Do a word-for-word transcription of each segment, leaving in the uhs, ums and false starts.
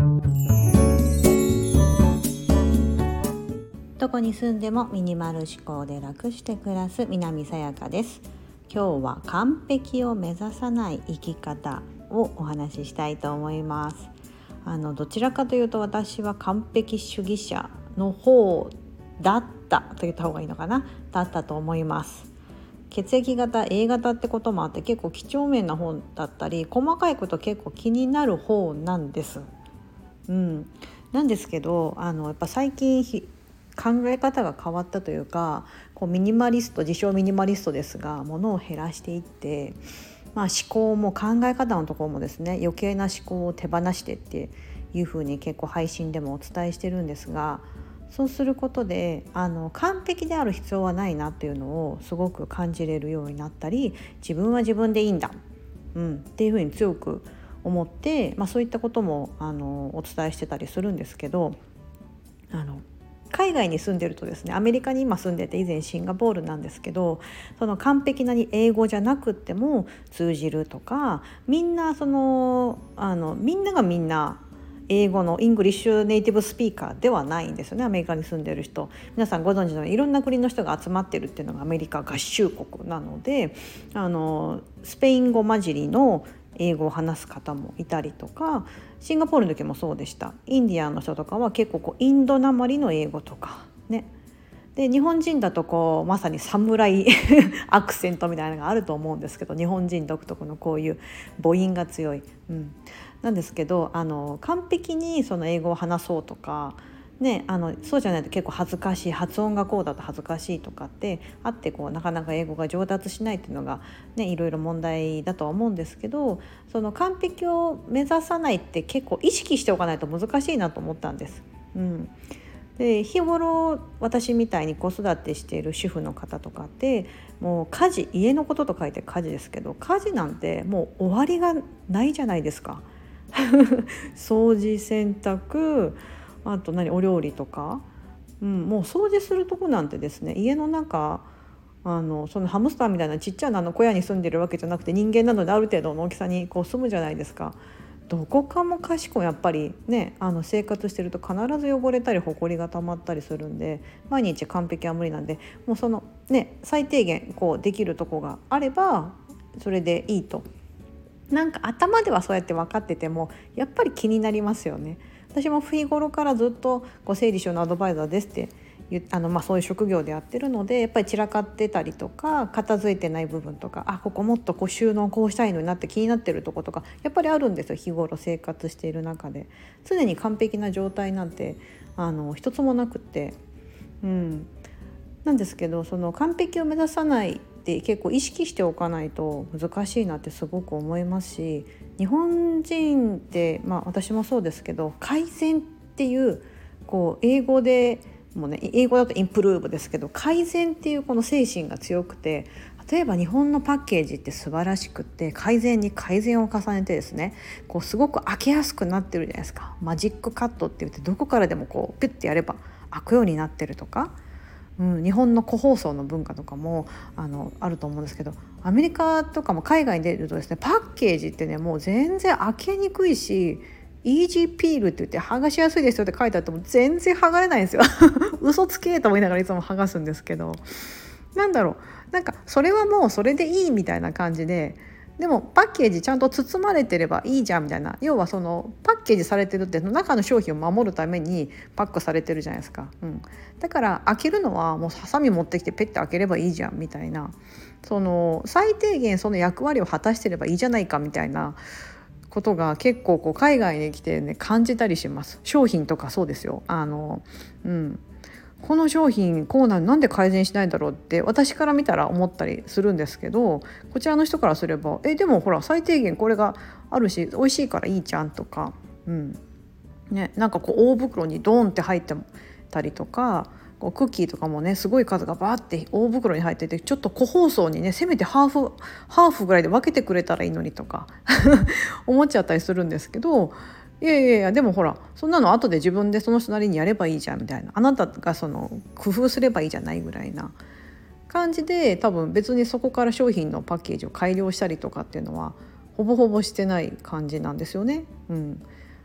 どこに住んでもミニマル思考で楽して暮らす南さやかです。今日は完璧を目指さない生き方をお話ししたいと思います。あのどちらかというと私は完璧主義者の方だったと言った方がいいのかなだったと思います。血液型 A 型ってこともあって結構几帳面な方だったり細かいこと結構気になる方なんです、うん、なんですけどあのやっぱ最近考え方が変わったというかこうミニマリスト自称ミニマリストですが物を減らしていって、まあ、思考も考え方のところもですね余計な思考を手放してっていうふうに結構配信でもお伝えしてるんですが、そうすることであの完璧である必要はないなっていうのをすごく感じれるようになったり、自分は自分でいいんだ、うん、っていうふうに強く思って、まあ、そういったこともあのお伝えしてたりするんですけど、あの海外に住んでるとですね、アメリカに今住んでて以前シンガポールなんですけど、その完璧なに英語じゃなくっても通じるとか、みんなそのあのみんながみんな英語のイングリッシュネイティブスピーカーではないんですよね。アメリカに住んでる人、皆さんご存知のようにいろんな国の人が集まってるっていうのがアメリカ合衆国なので、あのスペイン語混じりの英語を話す方もいたりとか、シンガポールの時もそうでした。インディアンの人とかは結構こうインドなまりの英語とかね、で日本人だとこうまさに侍アクセントみたいなのがあると思うんですけど、日本人独特のこういう母音が強い、うん、なんですけど、あの完璧にその英語を話そうとかね、あのそうじゃないと結構恥ずかしい、発音がこうだと恥ずかしいとかってあって、こうなかなか英語が上達しないっていうのが、ね、いろいろ問題だとは思うんですけど、その完璧を目指さないって結構意識しておかないと難しいなと思ったんです、うん、で日頃私みたいに子育てしている主婦の方とかってもう家事、家のことと書いて家事ですけど、家事なんてもう終わりがないじゃないですか掃除、洗濯、あと何お料理とか、うん、もう掃除するとこなんてですね、家の中あのそのハムスターみたいなちっちゃなあの小屋に住んでるわけじゃなくて、人間なのである程度の大きさにこう住むじゃないですか。どこかもかしこやっぱりね、あの生活してると必ず汚れたり埃が溜まったりするんで、毎日完璧は無理なんで、もうそのね最低限こうできるとこがあればそれでいいと。なんか頭ではそうやって分かっててもやっぱり気になりますよね。私も日頃からずっとこう整理収納アドバイザーですってあのまあそういう職業でやってるので、やっぱり散らかってたりとか片付いてない部分とか、あここもっとこう収納こうしたいのになって気になってるとことかやっぱりあるんですよ。日頃生活している中で常に完璧な状態なんてあの一つもなくって、うん、なんですけど、その完璧を目指さないって結構意識しておかないと難しいなってすごく思いますし、日本人って、まあ、私もそうですけど改善っていうこう英語でもうね、英語だとインプルーブですけど改善っていうこの精神が強くて、例えば日本のパッケージって素晴らしくって改善に改善を重ねてですね、こうすごく開けやすくなってるじゃないですか。マジックカットって言ってどこからでもこうピュッてやれば開くようになってるとか、うん、日本の個包装の文化とかも あのあると思うんですけど、アメリカとかも海外に出るとですね、パッケージってねもう全然開けにくいし、イージーピールって言って剥がしやすいですよって書いてあっても全然剥がれないんですよ嘘つけと思いながらいつも剥がすんですけど、なんだろう、なんかそれはもうそれでいいみたいな感じで、でもパッケージちゃんと包まれてればいいじゃんみたいな、要はそのパッケージされてるって中の商品を守るためにパックされてるじゃないですか、うん、だから開けるのはもうハサミ持ってきてペッて開ければいいじゃんみたいな、その最低限その役割を果たしてればいいじゃないかみたいなことが結構こう海外に来てね感じたりします。商品とかそうですよ。あの、うん、この商品こうなんなんで改善しないんだろうって私から見たら思ったりするんですけど、こちらの人からすればえでもほら最低限これがあるし美味しいからいいじゃんとか、うんね、なんかこう大袋にドーンって入ってたりとか、こうクッキーとかもねすごい数がバーって大袋に入ってて、ちょっと個包装にねせめてハーフハーフぐらいで分けてくれたらいいのにとか思っちゃったりするんですけど、いやいやいやでもほらそんなの後で自分でその人なりにやればいいじゃんみたいな、あなたがその工夫すればいいじゃないぐらいな感じで、多分別にそこから商品のパッケージを改良したりとかっていうのはほぼほぼしてない感じなんですよね、うん、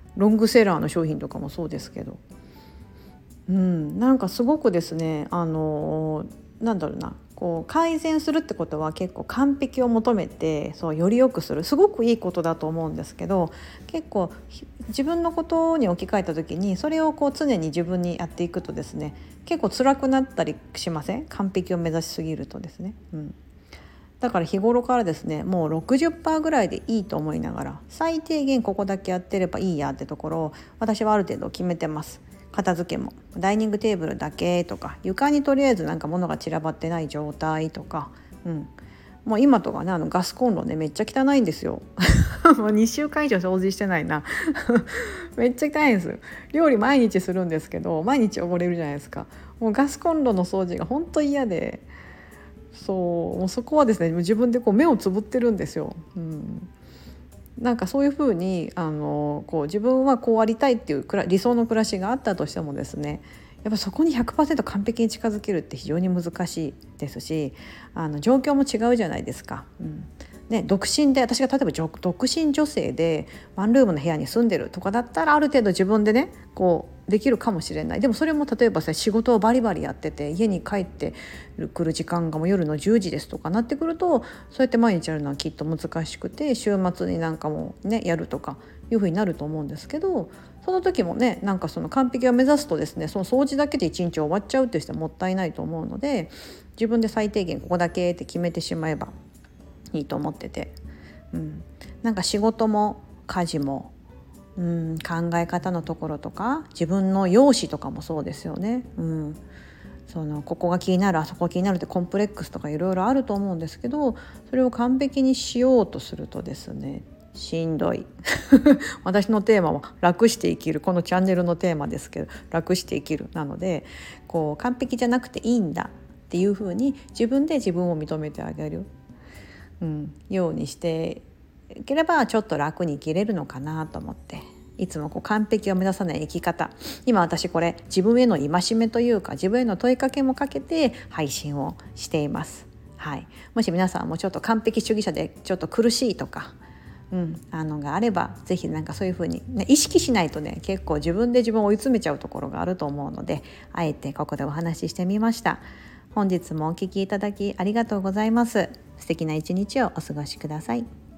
ロングセラーの商品とかもそうですけど、うん、なんかすごくですね、あのなんだろうな、こう改善するってことは結構完璧を求めて、そうより良くする、すごくいいことだと思うんですけど、結構自分のことに置き換えた時にそれをこう常に自分にやっていくとですね、結構辛くなったりしません？完璧を目指しすぎるとですね、うん、だから日頃からですね、もう ろくじゅっパーセント ぐらいでいいと思いながら、最低限ここだけやってればいいやってところを私はある程度決めてます。片付けもダイニングテーブルだけとか、床にとりあえずなんか物が散らばってない状態とか、うん、もう今とかね、あのガスコンロねめっちゃ汚いんですよもうにしゅうかん以上掃除してないなめっちゃ汚いんです。料理毎日するんですけど、毎日汚れるじゃないですか。もうガスコンロの掃除が本当嫌で、そうもうそこはですね、自分でこう目をつぶってるんですよ、うん、なんかそういうふうにあのこう自分はこうありたいっていう理想の暮らしがあったとしてもですね、やっぱそこに ひゃくパーセント 完璧に近づけるって非常に難しいですし、あの状況も違うじゃないですか、うんね、独身で、私が例えば独身女性でワンルームの部屋に住んでるとかだったら、ある程度自分でねこうできるかもしれない。でもそれも例えばさ、仕事をバリバリやってて家に帰ってくる時間がもう夜のじゅうじですとかなってくると、そうやって毎日やるのはきっと難しくて、週末になんかもねやるとかいう風になると思うんですけど、その時もね、なんかその完璧を目指すとですね、その掃除だけで一日終わっちゃうっていう人はもったいないと思うので、自分で最低限ここだけって決めてしまえばいいと思ってて、うん、なんか仕事も家事も、うん、考え方のところとか自分の容姿とかもそうですよね、うん、そのここが気になる、あそこが気になるってコンプレックスとかいろいろあると思うんですけど、それを完璧にしようとするとですね、しんどい私のテーマは楽して生きる、このチャンネルのテーマですけど、楽して生きるなので、こう完璧じゃなくていいんだっていう風に自分で自分を認めてあげる、うん、ようにしていければちょっと楽に生きれるのかなと思って、いつもこう完璧を目指さない生き方、今私これ自分への戒めというか自分への問いかけもかけて配信をしています、はい、もし皆さんもちょっと完璧主義者でちょっと苦しいとか、うん、あのがあれば、ぜひなんかそういう風に、ね、意識しないとね、結構自分で自分を追い詰めちゃうところがあると思うので、あえてここでお話ししてみました。本日もお聞きいただきありがとうございます。素敵な一日をお過ごしください。